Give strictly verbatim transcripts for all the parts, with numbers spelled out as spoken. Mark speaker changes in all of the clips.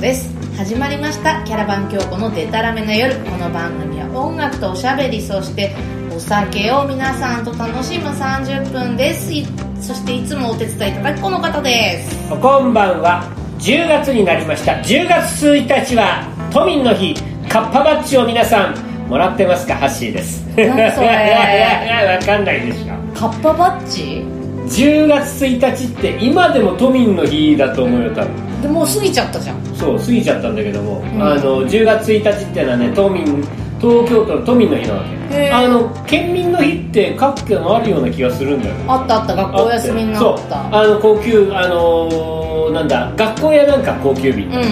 Speaker 1: です。始まりましたキャラバン京子のデタラメな夜。この番組は音楽とおしゃべり、そしてお酒を皆さんと楽しむさんじゅっぷんです。そしていつもお手伝いいただくこの方です。
Speaker 2: こんばんは。じゅうがつになりました。じゅうがつついたちは都民の日。カッパバッジを皆さんもらってますか？ハッシーです。
Speaker 1: 何それ
Speaker 2: わかんないでしょ。
Speaker 1: カッパバッジ
Speaker 2: じゅうがつついたちって今でも都民の日だと思うよ、多分。
Speaker 1: でもう過ぎちゃったじゃん。
Speaker 2: そう、過ぎちゃったんだけども、うん、あのじゅうがつついたちっていうのはね、都民東京都の都民の日なわけ。あの県民の日って各県あるような気がするんだよ。
Speaker 1: あったあった、学校休みになった。
Speaker 2: そう、あの高級、あのー、なんだ、学校やなんか高級日、うんうんうん、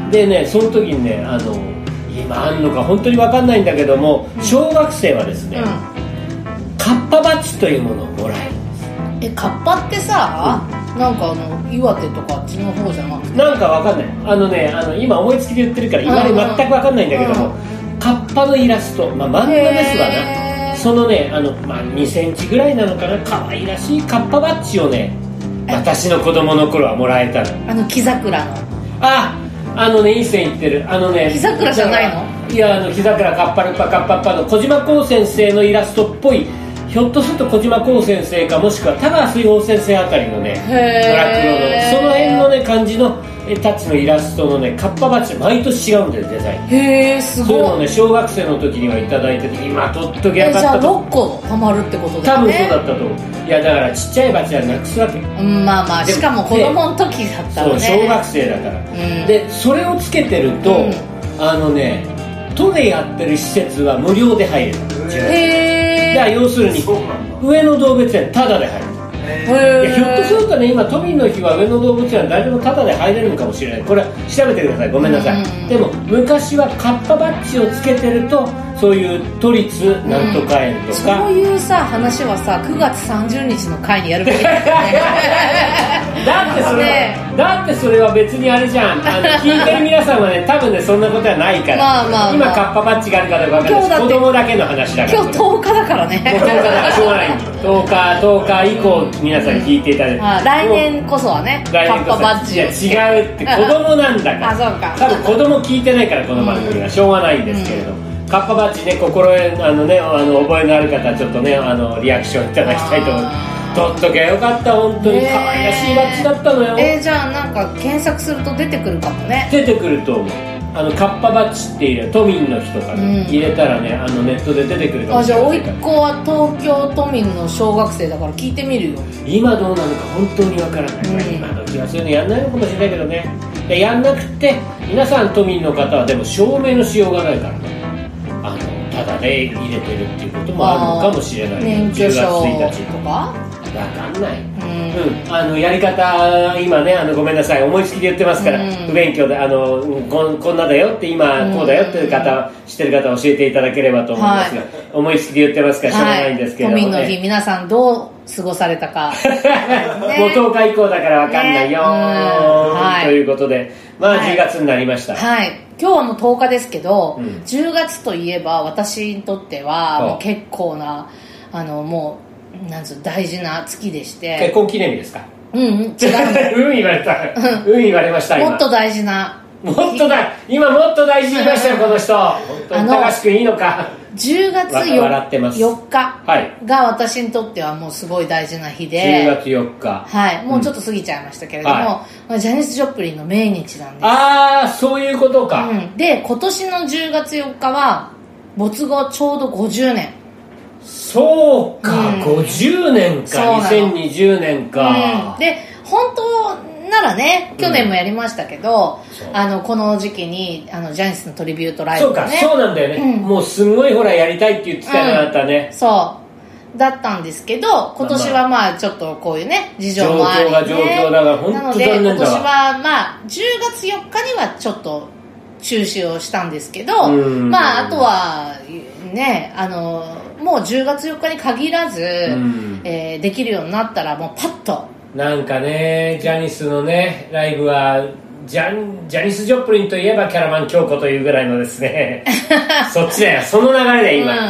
Speaker 2: でね、その時にね、あの今あんのか本当に分かんないんだけども、うん、小学生はですね、うん、カッパバッジというものをもらえるんです。
Speaker 1: え、カッパってさ、うん、なんかあの岩手とかあっちの方じゃなくて、
Speaker 2: なんか分かんない。あのね、あの今思いつきで言ってるから今まで全く分かんないんだけども、うんうん、カッパのイラスト、まあ、漫画ですわな。そのね、あの、まあ、にセンチぐらいなのかな、可愛らしいカッパバッジをね、私の子供の頃はもらえたの。
Speaker 1: あの木桜の、
Speaker 2: ああのね、いい線いってる。あのね、
Speaker 1: 木桜じゃないの？
Speaker 2: いや、あの木桜カッパルパカッパッパの小島光先生のイラストっぽい。ひょっとすると小島光先生か、もしくは田川水宝先生あたりのね、ドラクロのその辺のね感じのタッチのイラストのねカッパバッジ、毎年違うんだよ、デザイン。
Speaker 1: へー、すごい。
Speaker 2: そういうのね、小学生の時にはいただいてて、今取っときゃよかったと。
Speaker 1: え、じゃあろっこはまるってことだよね。
Speaker 2: 多分そうだったと思う。いや、だからちっちゃいバッジはなくすわけ。
Speaker 1: うん、まあまあ、しかも子供の時だったらね。
Speaker 2: そう、小学生だから、うん、でそれをつけてると、うん、あのね、都でやってる施設は無料で入れる。へー。だから要するに上野動物園タダで入る。いや、ひょっとするとね、今都民の日は上野動物園は誰でもタダで入れるのかもしれない。これは調べてください、ごめんなさい、うん、でも昔はカッパバッジをつけてると、そういう都立なんとか園とか、
Speaker 1: うん、そういうさ話はさくがつさんじゅうにちの会にやるべきだよね。
Speaker 2: だってそれは、ね、だってそれは別にあれじゃん、あの聞いてる皆さんはね、多分ねそんなことはないから、まあまあまあ、今カッパバッジがあるかどうか分からない。子供だけの話だから。
Speaker 1: 今日とおかだからね。
Speaker 2: もうとおかだからしょうがない。とおか、とおか以降皆さん聞いていただいて、うん、
Speaker 1: あ、来年こそはね、カッパバッジ。
Speaker 2: いや違うって、子供なんだから。
Speaker 1: あ、そうか。
Speaker 2: 多分子供聞いてないからこの番組はしょうがないんですけれども、うんうん、カッパバッジね、心得あのね、あの覚えのある方はちょっとね、あのリアクションいただきたいと思います。取っときゃよかった、本当に可愛らしいバッジだったのよ。
Speaker 1: えー、じゃあなんか検索すると出てくるかもね。
Speaker 2: 出てくると思う。あのカッパバッジって入れ都民の日とか、ね、うん、入れたらね、あのネットで出てくるかもしれない。
Speaker 1: あ、じゃあ甥っ子は東京都民の小学生だから聞いてみるよ。
Speaker 2: 今どうなのか本当にわからない、うん、今の時はそういうのやんないのかもしれないけどね。でやんなくて、皆さん都民の方はでも証明のしようがないからね、あのただで入れてるっていうこともあるのかもしれない。
Speaker 1: 免許証とか
Speaker 2: わかんない、うんうん、あのやり方今ね、あのごめんなさい、思いつきで言ってますから、うん、不勉強で、あの こ, こんなだよって今、うん、こうだよっていう方、知ってる方教えていただければと思いますが、はい、思いつきで言ってますからしょうがないんですけれども、ね、
Speaker 1: はい、都民の日皆さんどう過ごされたか、
Speaker 2: ね、もうとおか以降だからわかんないよ、ね、はい、ということで、まあ、じゅうがつになりました。
Speaker 1: はい、はい、今日はもうとおかですけど、うん、じゅうがつといえば私にとってはもう結構な、あのもうなんつう大事な月でして。
Speaker 2: 結婚記念日ですか？
Speaker 1: うん、うん、違う。
Speaker 2: うん言われた。うん言われました今。
Speaker 1: もっと大事な。
Speaker 2: もっとだ、今もっと大事に言いましたよこの人。本当に高橋君いいのか。
Speaker 1: じゅうがつよっかが私にとってはもうすごい大事な日で。
Speaker 2: じゅうがつよっか。
Speaker 1: はい、もうちょっと過ぎちゃいましたけれども、うん、はい、ジャニス・ジョプリンの命日なんです。
Speaker 2: ああ、そういうことか。
Speaker 1: うん、で今年のじゅうがつよっかは没後ちょうどごじゅうねん。
Speaker 2: そうか、うん、ごじゅうねんか、にせんにじゅうねんか、
Speaker 1: うん、で本当ならね、去年もやりましたけど、うん、あのこの時期にあのジャニスのトリビュートライブ、ね、
Speaker 2: そうか、そうなんだよね、うん、もうすごいほらやりたいって言ってたよね、うん、あなたね。
Speaker 1: そうだったんですけど、今年はまあちょっとこういうね事情もあり、ね、
Speaker 2: 状況が状況だから本当残念だわ。なので今年はま
Speaker 1: あじゅうがつよっかにはちょっと中止をしたんですけど、まああとはね、あのもうじゅうがつよっかに限らず、えー、できるようになったらもうパッと
Speaker 2: なんかね、ジャニスのねライブはジャン、ジャニス・ジョプリンといえばキャラバン京子というぐらいのですねそっちだよ、その流れで今、うん、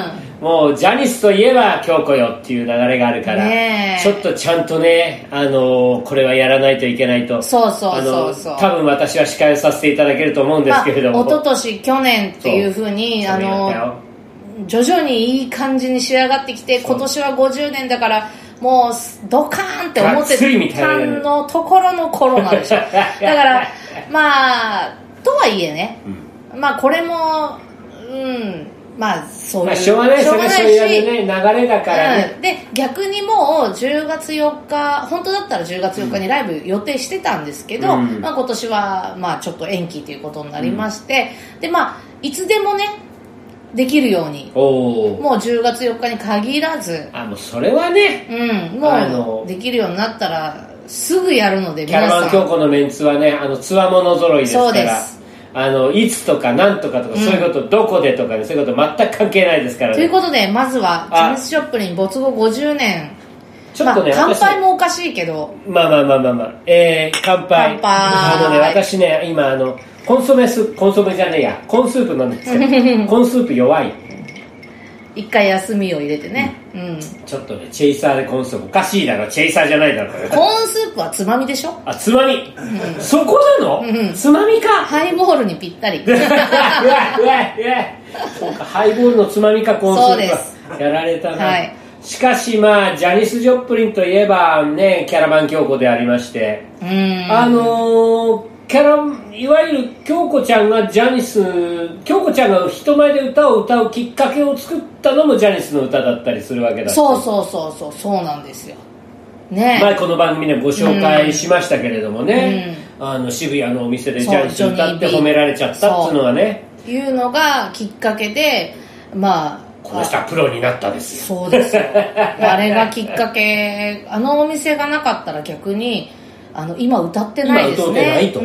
Speaker 2: もうジャニスといえば京子よっていう流れがあるから、ね、ちょっとちゃんとね、あのこれはやらないといけないと。
Speaker 1: そうそうそうそう。
Speaker 2: 多分私は司会をさせていただけると思うんですけれども、
Speaker 1: まあ、一昨年去年っていうふうにあの徐々にいい感じに仕上がってきて、今年はごじゅうねんだからもうドカーンって思ってたのところのコロナでしょ。だからまあとはいえね、うん、まあこれもうんまあそういう、まあ、
Speaker 2: しょうがないですよね、そういう、ね、流れだからね、
Speaker 1: うん、で逆にもうじゅうがつよっか本当だったらじゅうがつよっかにライブ予定してたんですけど、うん、まあ、今年はまあちょっと延期ということになりまして、うん、でまあいつでもねできるようにもうじゅうがつよっかに限らず、
Speaker 2: あもうそれはね、
Speaker 1: うん、もうできるようになったらすぐやるので、
Speaker 2: キャラバン京子のメンツはね、あのつわもの揃いですから、
Speaker 1: そうです、
Speaker 2: あのいつとかなんとかとか、うん、そういうことどこでとかね、そういうこと全く関係ないですからね。
Speaker 1: ということでまずはジャニス・ジョプリン没後ごじゅうねん、
Speaker 2: ちょっとね、
Speaker 1: まあ、乾杯もおかしいけど、
Speaker 2: まあまあまあまあまあ、えー、乾杯。
Speaker 1: 乾杯。
Speaker 2: あのね、私ね今あのコンソメスコンソメじゃねえやコーンスープなんですけどコーンスープ弱い、
Speaker 1: 一回休みを入れてね、うんうん、
Speaker 2: ちょっとねチェイサーでコーンスープおかしいだろ、チェイサーじゃないだろ、
Speaker 1: コーンスープはつまみでしょ。
Speaker 2: あ、つまみ、うん、そこなの、うん、つまみか、
Speaker 1: ハイボールにぴったり。うわうわ
Speaker 2: うわそうか、ハイボールのつまみかコーンスープはやられたな、はい、しかしまあジャニス・ジョプリンといえばね、キャラバン京子でありまして、
Speaker 1: うん、
Speaker 2: あのーキャラいわゆる京子ちゃんがジャニス京子ちゃんが人前で歌を歌うきっかけを作ったのもジャニスの歌だったりするわけだ。
Speaker 1: そうそうそうそうそうなんですよね。
Speaker 2: 前この番組でご紹介しましたけれどもね、うん、あの渋谷のお店でジャニス歌って褒められちゃったっていうのはね、
Speaker 1: いうのがきっかけで、まあ
Speaker 2: この人はプロになったです
Speaker 1: よ。そうですよあれがきっかけ、あのお店がなかったら逆にあの今歌ってないですね。
Speaker 2: 今歌ってないと、
Speaker 1: うん、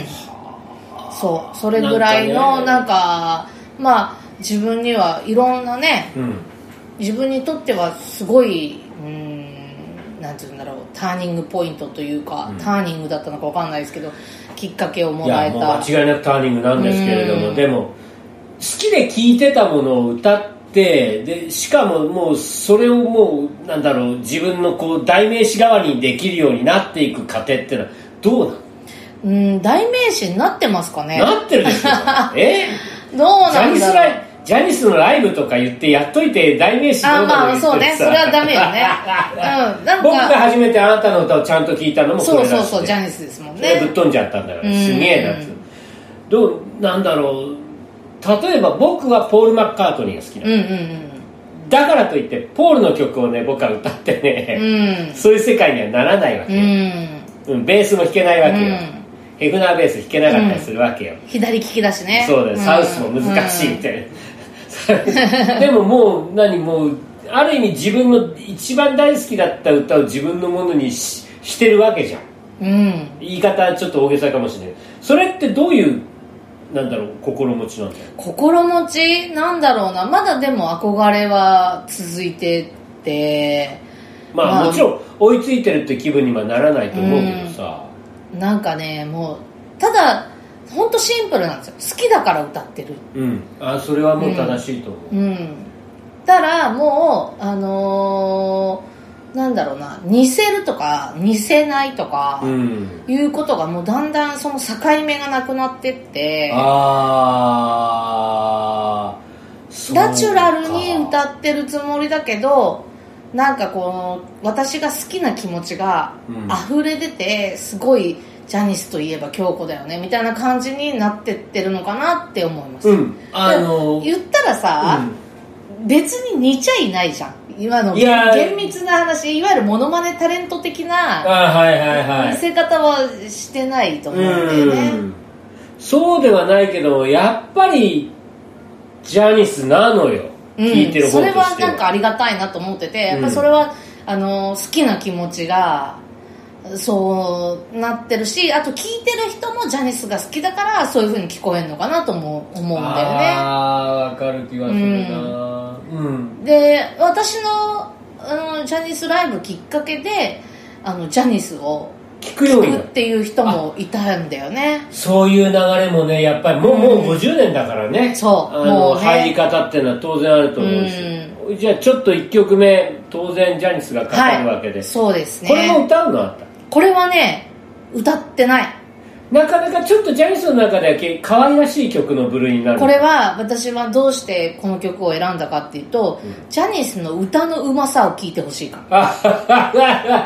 Speaker 1: そうそれぐらいのなんか、ね、なんかまあ自分にはいろんなね、うん、自分にとってはすごい、うん、なんていうんだろう、ターニングポイントというか、うん、ターニングだったのか分かんないですけど、きっかけをもらえた。
Speaker 2: いやもう間違いなくターニングなんですけれども、うん、でも好きで聴いてたものを歌ってでしかももうそれをもうなんだろう、自分のこう代名詞代わりにできるようになっていく過程っていうのはどうなの？
Speaker 1: うん、代名詞になってますかね。
Speaker 2: なってるでしょえ
Speaker 1: どうなんだろう。
Speaker 2: ジャニスのライブとか言ってやっといて代名詞どうなの？
Speaker 1: あ、まあそうね、それはダメよね、うん、なんか
Speaker 2: 僕が初めてあなたの歌をちゃんと聞いたのもそれだし、
Speaker 1: そうそうそうジャニスですもんね。
Speaker 2: ぶっ飛んじゃったんだからすげえなって。どうなんだろう、例えば僕はポール・マッカートニーが好きなの、
Speaker 1: うんうんうん、
Speaker 2: だからといってポールの曲をね僕は歌ってね、うん、そういう世界にはならないわけよ、うんうん、ベースも弾けないわけよ、うん、ヘフナーベース弾けなかったりするわけよ、うん、
Speaker 1: 左利きだしね。
Speaker 2: そうだよ、サウスも難しいみたいな、うん、でももう何もうある意味自分の一番大好きだった歌を自分のものに し, してるわけじゃん、うん、言い方ちょっと大げさかもしれない。それってどういうなんだろう心持ちなんだよ。
Speaker 1: 心持ちなんだろうな、まだでも憧れは続いてて、
Speaker 2: まあ、まあ、もちろん追いついてるって気分にはならないと思うけどさ、
Speaker 1: うん、なんかねもうただ本当シンプルなんですよ。好きだから歌ってる、
Speaker 2: うん、あそれはもう正しいと思う、
Speaker 1: うんうん、ただもうあのーなんだろうな、似せるとか似せないとか、うん、いうことがもうだんだんその境目がなくなってって、
Speaker 2: あ
Speaker 1: ナチュラルに歌ってるつもりだけど、なんかこう私が好きな気持ちが溢れ出て、すごいジャニスといえば京子だよねみたいな感じになってってるのかなって思います、うん、あのー、言ったらさ、うん、別に似ちゃいないじゃん。今の厳密な話、いわゆるモノマネタレント的な見せ方はしてないと思うんだよね、うん、
Speaker 2: そうではないけどやっぱりジャニスなのよ、うん、聞いてる方としては。それは
Speaker 1: なんかありがたいなと思ってて、やっぱりそれは、うん、あの好きな気持ちがそうなってるし、あと聞いてる人もジャニスが好きだからそういう風に聞こえるのかなとも思うんだよね。
Speaker 2: ああ分かる気がするな、うんうん、
Speaker 1: で私 の, あのジャニスライブきっかけであのジャニスを
Speaker 2: 聞くように
Speaker 1: 聞くっていう人もいたんだよね。
Speaker 2: そういう流れもねやっぱりもう、うん、もうごじゅうねんだからね、
Speaker 1: そう
Speaker 2: あのもう、ね、入り方っていうのは当然あると思うし、 じゃあちょっといっきょくめ当然ジャニスがかかるわけです、
Speaker 1: はい、そうですね。
Speaker 2: これも歌うのあった？
Speaker 1: これはね歌ってない。
Speaker 2: なかなかちょっとジャニスの中では可愛らしい曲の部類になる。
Speaker 1: これは私はどうしてこの曲を選んだかっていうと、うん、ジャニスの歌のうまさを聴いてほしいから。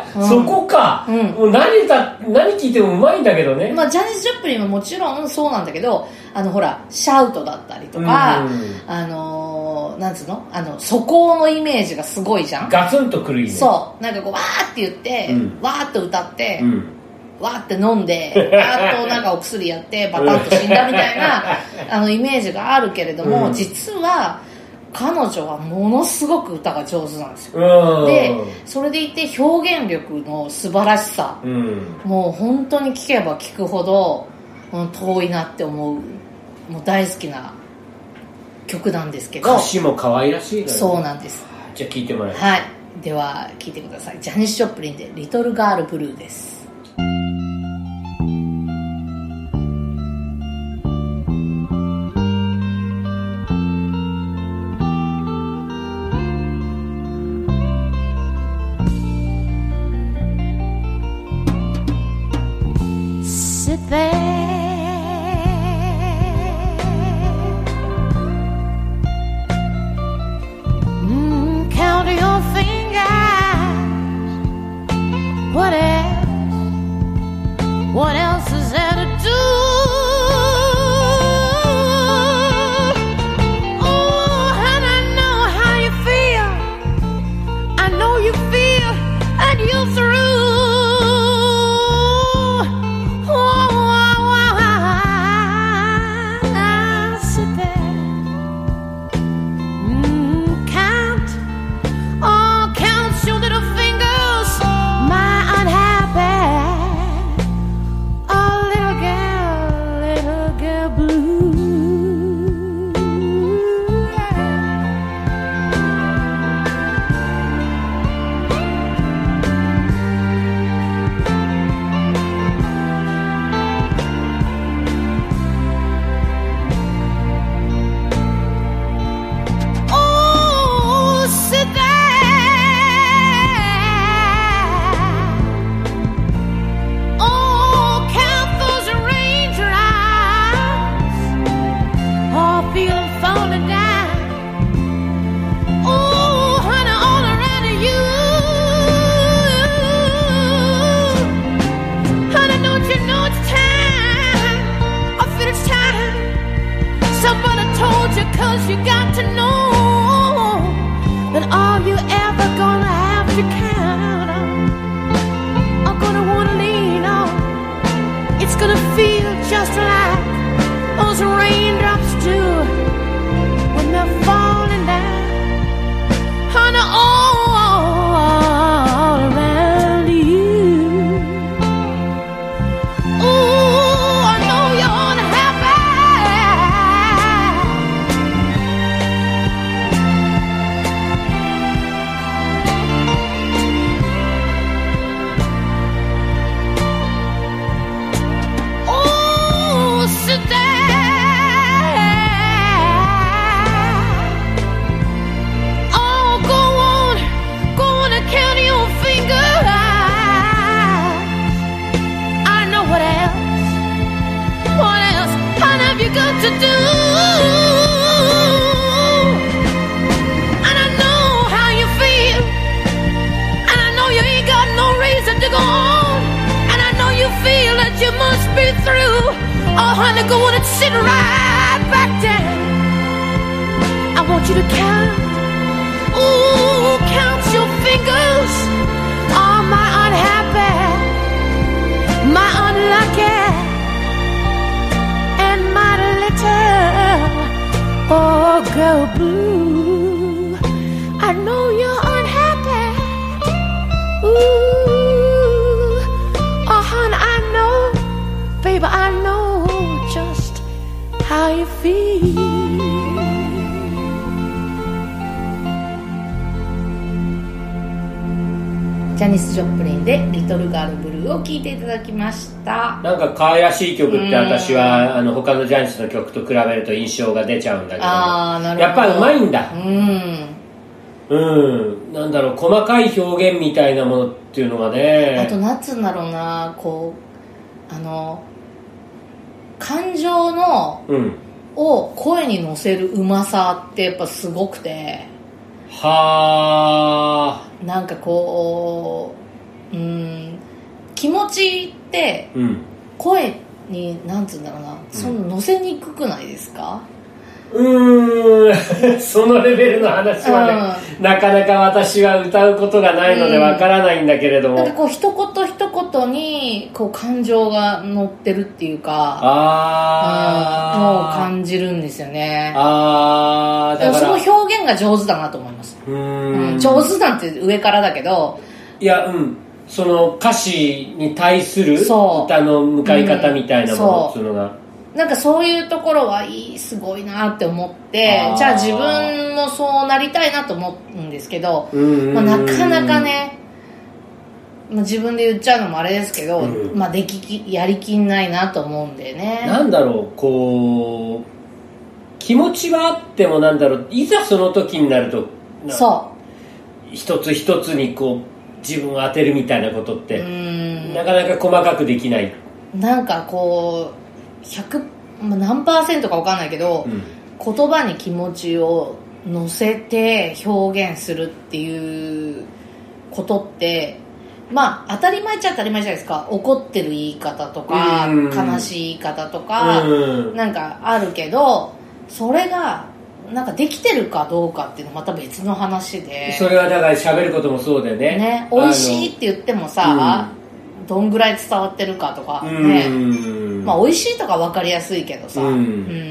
Speaker 2: うん、そこか、うん、もう何だ何聴いてもうまいんだけどね。
Speaker 1: まあ、ジャニス・ジョプリンももちろんそうなんだけど、あのほらシャウトだったりとか、うん、あのなんつうの、あの素行のイメージがすごいじゃん。
Speaker 2: ガツンとくるイメージ。
Speaker 1: そうなんかこうわーって言って、うん、わーって歌って、うんわーって飲んで、わーっとなんかお薬やってバタッと死んだみたいなあのイメージがあるけれども、うん、実は彼女はものすごく歌が上手なんですよ。でそれでいて表現力の素晴らしさ、うん、もう本当に聴けば聴くほど遠いなって思う、もう大好きな曲なんですけど、
Speaker 2: 歌詞も可愛らしいのよ。
Speaker 1: そうなんです。
Speaker 2: じゃあ聴いてもらいます。
Speaker 1: はい、では聴いてください。ジャニス・ジョプリンでリトルガールブルーです。
Speaker 3: Sit there, mm, count your fingers. What else? What else is there to do? Oh, and I know how you feel. I know you feel, and you're through. Cause you got to know that all you ever gonna have to count on, are gonna wanna lean on. It's gonna feel just like those raindrops do when they're falling down on all around you. Ooh, I know you're unhappy. Sit there. Oh, go on, go on and count your fingers. I know what else, what else, what have you got to do? And I know how you feel, and I know you ain't got no reason to go on, and I know you feel that you must be through. Oh, honey, go on and sit right back down. I want you to count, ooh, count your fingers. Oh, my unhappy, my unlucky, and my little, oh, girl blue. I know you're unhappy, ooh, oh, honey, I know, baby, I know how you feel.
Speaker 1: ジャニス・ジョプリンでリトルガールブルーを聴いていただきました。
Speaker 2: なんか可愛らしい曲って私はあの他のジャニスの曲と比べると印象が出ちゃうんだけど、
Speaker 1: あー、なるほど。
Speaker 2: やっぱりうまいんだ。
Speaker 1: うん、
Speaker 2: うんなんだろう細かい表現みたいなものっていうのがね、
Speaker 1: あとなんつうんだろうな、こうあの感情の、うん、を声に乗せるうまさってやっぱすごくて、
Speaker 2: はあ
Speaker 1: なんかこう、うん、気持ちって声になんつうんだろうな、その乗せにくくないですか？
Speaker 2: うーんそのレベルの話はね、うん、なかなか私は歌うことがないのでわからないんだけれども、
Speaker 1: うん、なんかこう一言一言にこう感情が乗ってるっていうか、
Speaker 2: あ
Speaker 1: ー、うん、もう感じるんですよね。
Speaker 2: あーだから
Speaker 1: その表現が上手だなと思います。
Speaker 2: うーん、
Speaker 1: うん、上手なんて上からだけど、
Speaker 2: いやうんその歌詞に対する歌の向かい方みたいなものっていうのが、うん
Speaker 1: なんかそういうところはいいすごいなって思って、じゃあ自分もそうなりたいなと思うんですけど、まあ、なかなかね、まあ、自分で言っちゃうのもあれですけど、うんまあ、できやりきんないなと思うんでね。
Speaker 2: なんだろうこう気持ちはあってもなんだろういざその時になると
Speaker 1: そう
Speaker 2: 一つ一つにこう自分を当てるみたいなことってうんなかなか細かくできない。
Speaker 1: なんかこうひゃく何パーセントか分かんないけど、うん、言葉に気持ちを乗せて表現するっていうことってまあ当たり前っちゃ当たり前じゃないですか。怒ってる言い方とか、うん、悲しい言い方とか、うん、なんかあるけどそれがなんかできてるかどうかっていうのはまた別の話で、
Speaker 2: それはだから喋ることもそうだよね。
Speaker 1: ね、美味しいって言ってもさ、うん、どんぐらい伝わってるかとかね、うんまあ美味しいとか分かりやすいけどさ、うんうん、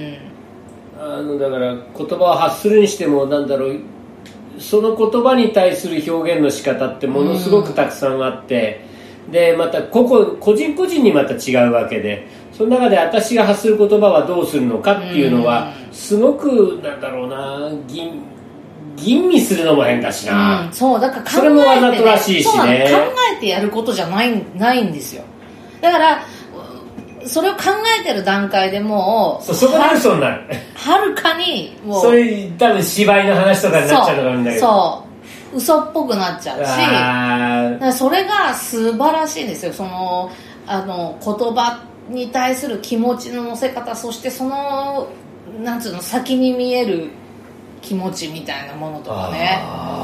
Speaker 2: あのだから言葉を発するにしてもなんだろうその言葉に対する表現の仕方ってものすごくたくさんあって、うん、でまた個々個人個人にまた違うわけで、その中で私が発する言葉はどうするのかっていうのはすごくなんだろうな吟吟味するのも変だしな、
Speaker 1: うん、そうだから考えて、ね、
Speaker 2: それもわざとらしいしね、
Speaker 1: 考えてやることじゃないないんですよ。だからそれを考えてる段階でもう
Speaker 2: そそこで嘘になる
Speaker 1: はるかにもう
Speaker 2: それ多分芝居の話とかになっちゃうのかもしれないけど、
Speaker 1: そう嘘っぽくなっちゃうし、だからそれが素晴らしいんですよ。そのあの言葉に対する気持ちの乗せ方、そしてそのなんつうの先に見える気持ちみたいなものとかね、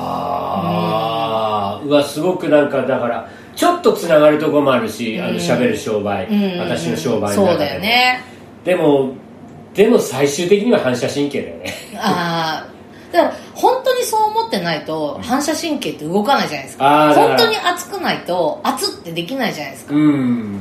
Speaker 2: あ、うん、うわすごくなんかだからちょっとつながるところもあるし、うん、あの喋る商売、うん、私の商売の中で、
Speaker 1: そうだよね。
Speaker 2: でもでも最終的には反射神経だよね
Speaker 1: ああだから本当にそう思ってないと反射神経って動かないじゃないですか。本当に熱くないと熱ってできないじゃないですか、うん、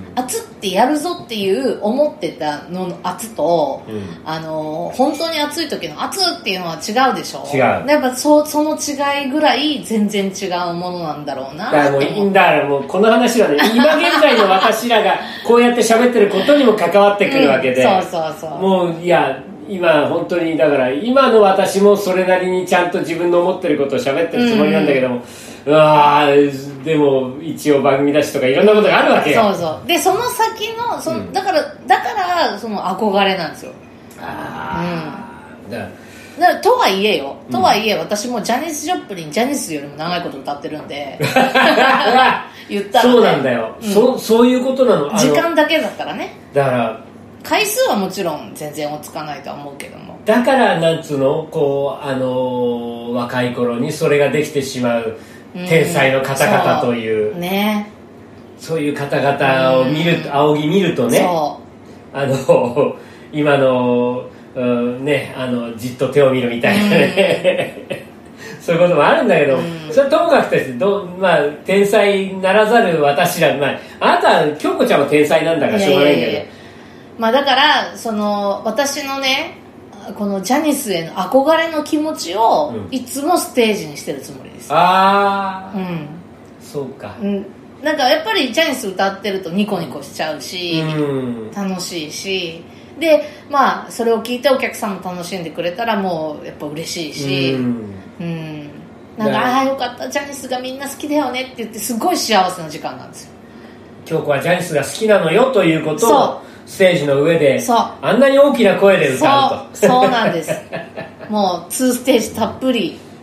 Speaker 1: 熱ってやるぞっていう思ってたのの熱と、うん、あの本当に熱い時の熱っていうのは違うでしょ。
Speaker 2: 違う。
Speaker 1: やっぱ そ, その違いぐらい全然違うものなんだろうな。
Speaker 2: だからもうだからもうこの話はね今現在の私らがこうやって喋ってることにも関わってくるわけで、
Speaker 1: うん、そうそうそう。
Speaker 2: もういや今本当にだから今の私もそれなりにちゃんと自分の思ってることを喋ってるつもりなんだけども、うん、うわでも一応番組だしとかいろんなことがあるわけよ。
Speaker 1: そうそう。でその先のその、うん、だからだからその憧れなんですよ。ああ、うん、だだからとはいえよ、とはいえ私もジャニス・ジョプリンジャニスよりも長いこと歌ってるんで言ったら、ね、
Speaker 2: そうなんだよ、うん、そ, そういうことなの。
Speaker 1: 時間だけだったらね。
Speaker 2: だから
Speaker 1: 回数はもちろん全然追いつかないとは思うけども、
Speaker 2: だからなんつうのこうあのー、若い頃にそれができてしまう天才の方々という、うん、そうね、そういう方々を見る、うん、仰ぎ見るとね、そうあの今の、うん、ねあのじっと手を見るみたいなね、うん、そういうこともあるんだけど、うん、それはともかくとしてど、まあ、天才ならざる私ら、まあ、あなたは京子ちゃんも天才なんだからしょうがないんだけど、いやいやいや、
Speaker 1: まあ、だからその私のねこのジャニスへの憧れの気持ちをいつもステージにしてるつもりです、うん、
Speaker 2: ああ、
Speaker 1: うん、
Speaker 2: そうか、
Speaker 1: うん、なんかやっぱりジャニス歌ってるとニコニコしちゃうし、うん、楽しいし、でまあそれを聞いてお客さんも楽しんでくれたらもうやっぱ嬉しいし、うんうん、なんかああよかったジャニスがみんな好きだよねって言ってすごい幸せな時間なんですよ。
Speaker 2: 京子はジャニスが好きなのよということをステージの上であんなに大きな声で歌うと。
Speaker 1: そう、そうなんですもうにステージたっぷり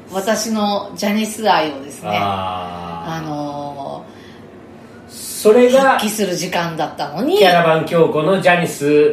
Speaker 1: 私のジャニス愛をですね、
Speaker 2: あ
Speaker 1: あの
Speaker 2: ー、それが
Speaker 1: 発揮する時間だったのに、
Speaker 2: キャラバン京子のジャニス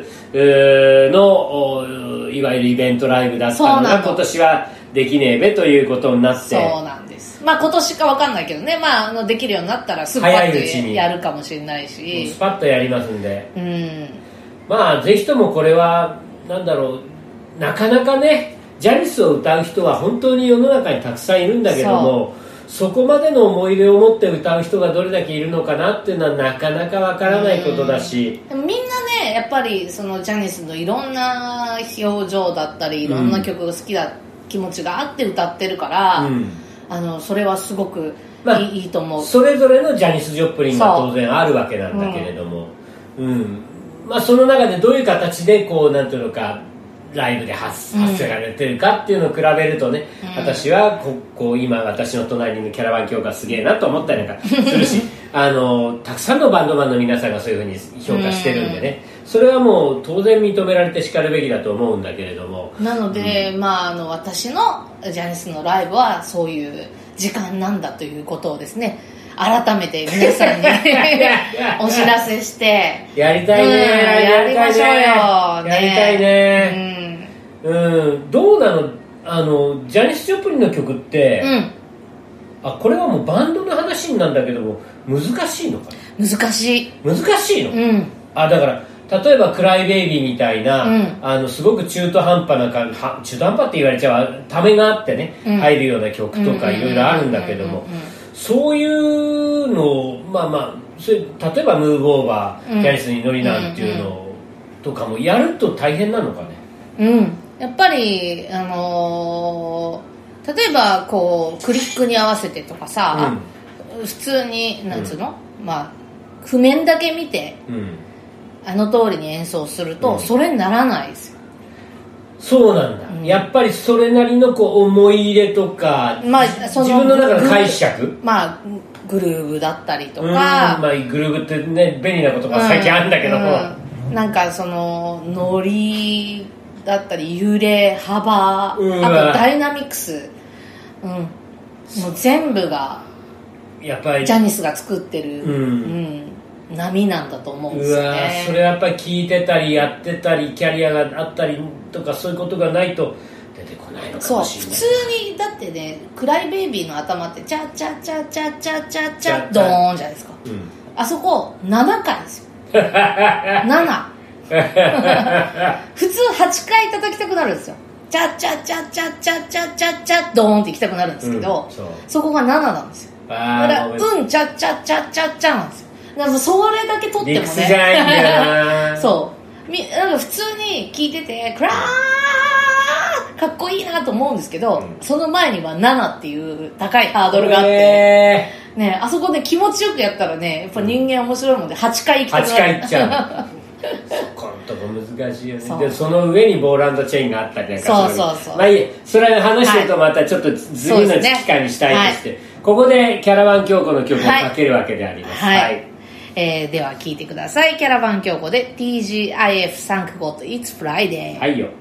Speaker 2: のいわゆるイベントライブだったのが今年はできねえべということになって、
Speaker 1: そうなんです。まあ今年か分かんないけどね、まあ、あのできるようになったらすぐパッとやるかもしれないし、
Speaker 2: スパッとやりますんで、
Speaker 1: うん、
Speaker 2: まあぜひともこれはなんだろう、なかなかねジャニスを歌う人は本当に世の中にたくさんいるんだけども、 そ, そこまでの思い出を持って歌う人がどれだけいるのかなっていうのはなかなかわからないことだし、
Speaker 1: でもみんなねやっぱりそのジャニスのいろんな表情だったりいろんな曲が好きだ、うん、気持ちがあって歌ってるから、うん、あのそれはすごくいい、まあ、いいと思う。それ
Speaker 2: ぞれのジャニス・ジョプリンが当然あるわけなんだけれども、う、うんうん、まあ、その中でどういう形でこうなんていうのかライブで 発, 発せられてるかっていうのを比べるとね、うん、私はここう今私の隣にキャラバン京子がすげえなと思ったりなんかするしあのたくさんのバンドマンの皆さんがそういうふうに評価してるんでね、うん、それはもう当然認められてしかるべきだと思うんだけれども、
Speaker 1: なので、うん、まあ、あの私のジャニスのライブはそういう時間なんだということをですね改めて皆さんにお知らせして
Speaker 2: やりたいね、うん、
Speaker 1: やりましょうよ、ね、
Speaker 2: やりたいね、うん、うん、どうなの、あのジャニス・ジョプリンの曲って、うん、あこれはもうバンドの話なんだけども難しいのかな。
Speaker 1: 難しい
Speaker 2: 難しいの、
Speaker 1: うん、
Speaker 2: あだから例えばクライベイビーみたいな、うん、あのすごく中途半端な感じ、中途半端って言われちゃうためがあってね、うん、入るような曲とかいろいろあるんだけども、そういうのをまあまあそれ例えばムーブオーバー、うん、ジャニスにノリなんていうのとかもやると大変なのかね。
Speaker 1: うん、やっぱりあのー、例えばこうクリックに合わせてとかさ、うん、普通になんつうの、うん、まあ譜面だけ見て、うん、あの通りに演奏すると、うん、それにならないですよ。
Speaker 2: そうなんだ、うん、やっぱりそれなりのこう思い入れとか、まあ、その自分の中の解釈、
Speaker 1: まあグルーブだったりとか、
Speaker 2: まあ、グルーブってね便利なことが最近あるんだけども、
Speaker 1: うんうん、なんかそのノリだったり揺れ幅、うん、あとダイナミクス、うん、もう全部がやっぱりジャニスが作ってる、うんうん、波なんだと思うんですよね。うわ
Speaker 2: それやっぱり聞いてたりやってたりキャリアがあったりとかそういうことがないと出てこないのかもしれない。
Speaker 1: そう普通にだってねクライベイビーの頭ってチャチャチャチャチャチャチャドーンじゃないですか、うん、あそこななかいですよなな普通はちかい叩きたくなるんですよ。チャチャチャチャチャチャチャチャドーンって行きたくなるんですけど、うん、そ, そこがなななんですよ。だからうんチャチャチャチャチャなんですよ。だからそれだけ取ってもね
Speaker 2: 理屈じゃないんだよな
Speaker 1: そうみなんか普通に聞いててクラーかっこいいなと思うんですけど、うん、その前にはななっていう高いハードルがあって、えーね、あそこで気持ちよくやったらねやっぱ人間面白いもんではちかい行きたくなる。
Speaker 2: はちかい行っちゃうそこんとこ難しいよね。そ, でその上にボール&チェーンがあったりなんか
Speaker 1: そうそうそう、
Speaker 2: まあいいそれ話してるとまたちょっと次の機会にしたいとして、ねはい、ここでキャラバン京子の曲をかけるわけであります、
Speaker 1: はいはいはいえー、では聴いてください。キャラバン京子で ティージーアイエフ Thank God It's Friday。
Speaker 2: はいよ。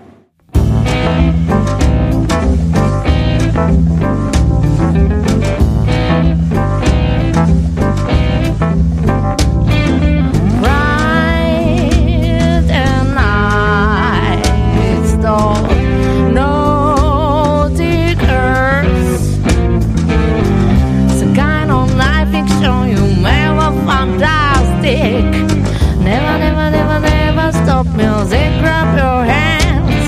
Speaker 3: Never, never, never, never stop music. Grab your hands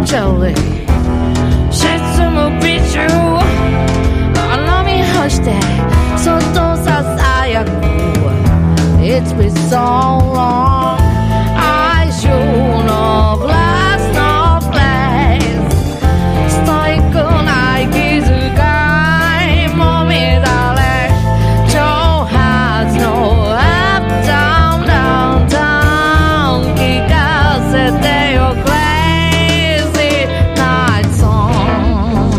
Speaker 3: jelly沈むビジュ飲み干してそっとささやく It's been so long I should have lost no place ストイックな息遣いも乱れ Joe has no up down down down 聞かせてよ Crazy night song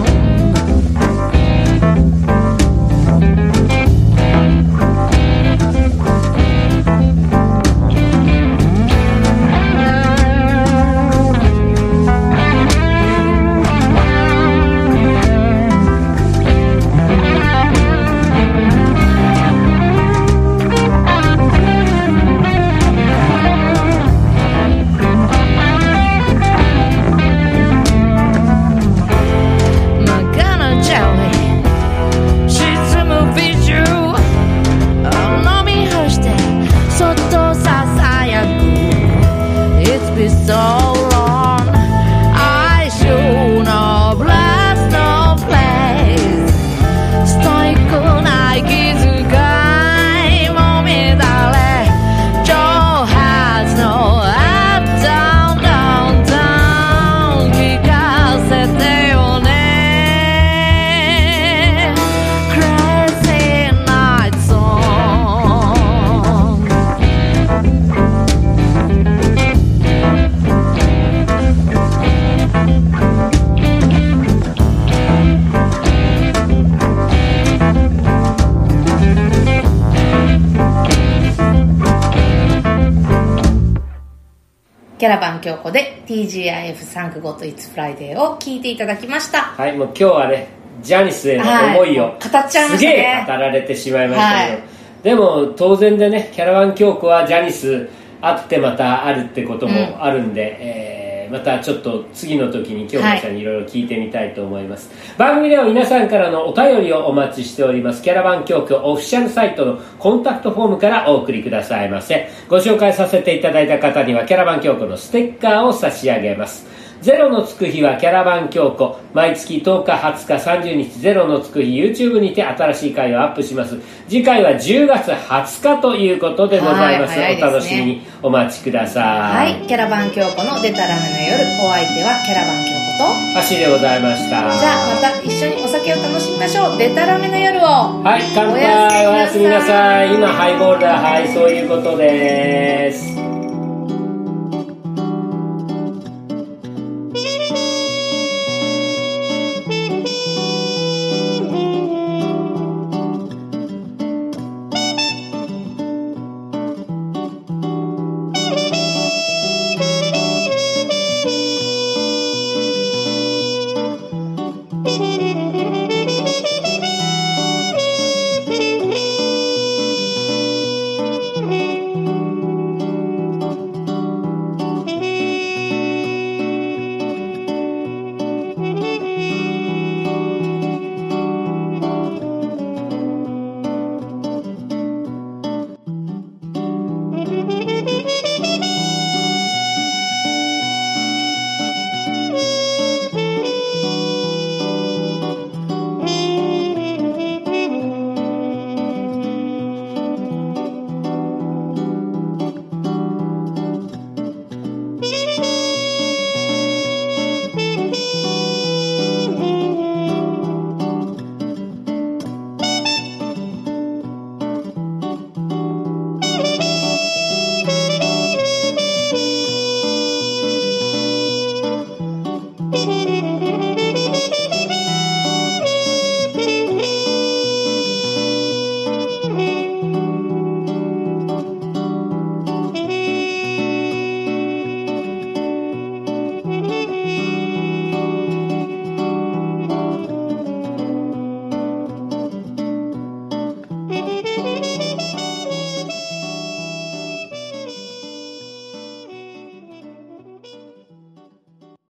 Speaker 3: Magana jelly沈むビジュ飲み干してそっとささやく It's been so long I should have lost no place ストイックな息遣いも乱れ Joe has no up down down down 聞かせてよね Crazy night song
Speaker 1: キャラバン京子で ティージーアイエフ Thank God It's Friday を聞いていただきました。
Speaker 2: はい、もう今日はねジャニスへの思いを、
Speaker 1: はい、語っちゃいましたね。
Speaker 2: すげえ語られてしまいましたけど、はい、でも当然でねキャラバン京子はジャニスあってまたあるってこともあるんで、うんえーまたちょっと次の時に京子さんにいろいろ聞いてみたいと思います、はい、番組では皆さんからのお便りをお待ちしております。キャラバン京子オフィシャルサイトのコンタクトフォームからお送りくださいませ。ご紹介させていただいた方にはキャラバン京子のステッカーを差し上げます。ゼロのつく日はキャラバン京子、毎月とおか、はつか、さんじゅうにちゼロのつく日 YouTube にて新しい回をアップします。次回はじゅうがつはつかということでございます。はい、お楽しみにお待ちください。
Speaker 1: はい、キャラバン京子のデタラメの夜、お相手はキャラバン京子と
Speaker 2: アシでございました。
Speaker 1: じゃあまた一緒にお酒を楽しみましょう。デタラメの夜を。
Speaker 2: はい、乾杯。おやすみなさい。今ハイボールだ。はい、そういうことです。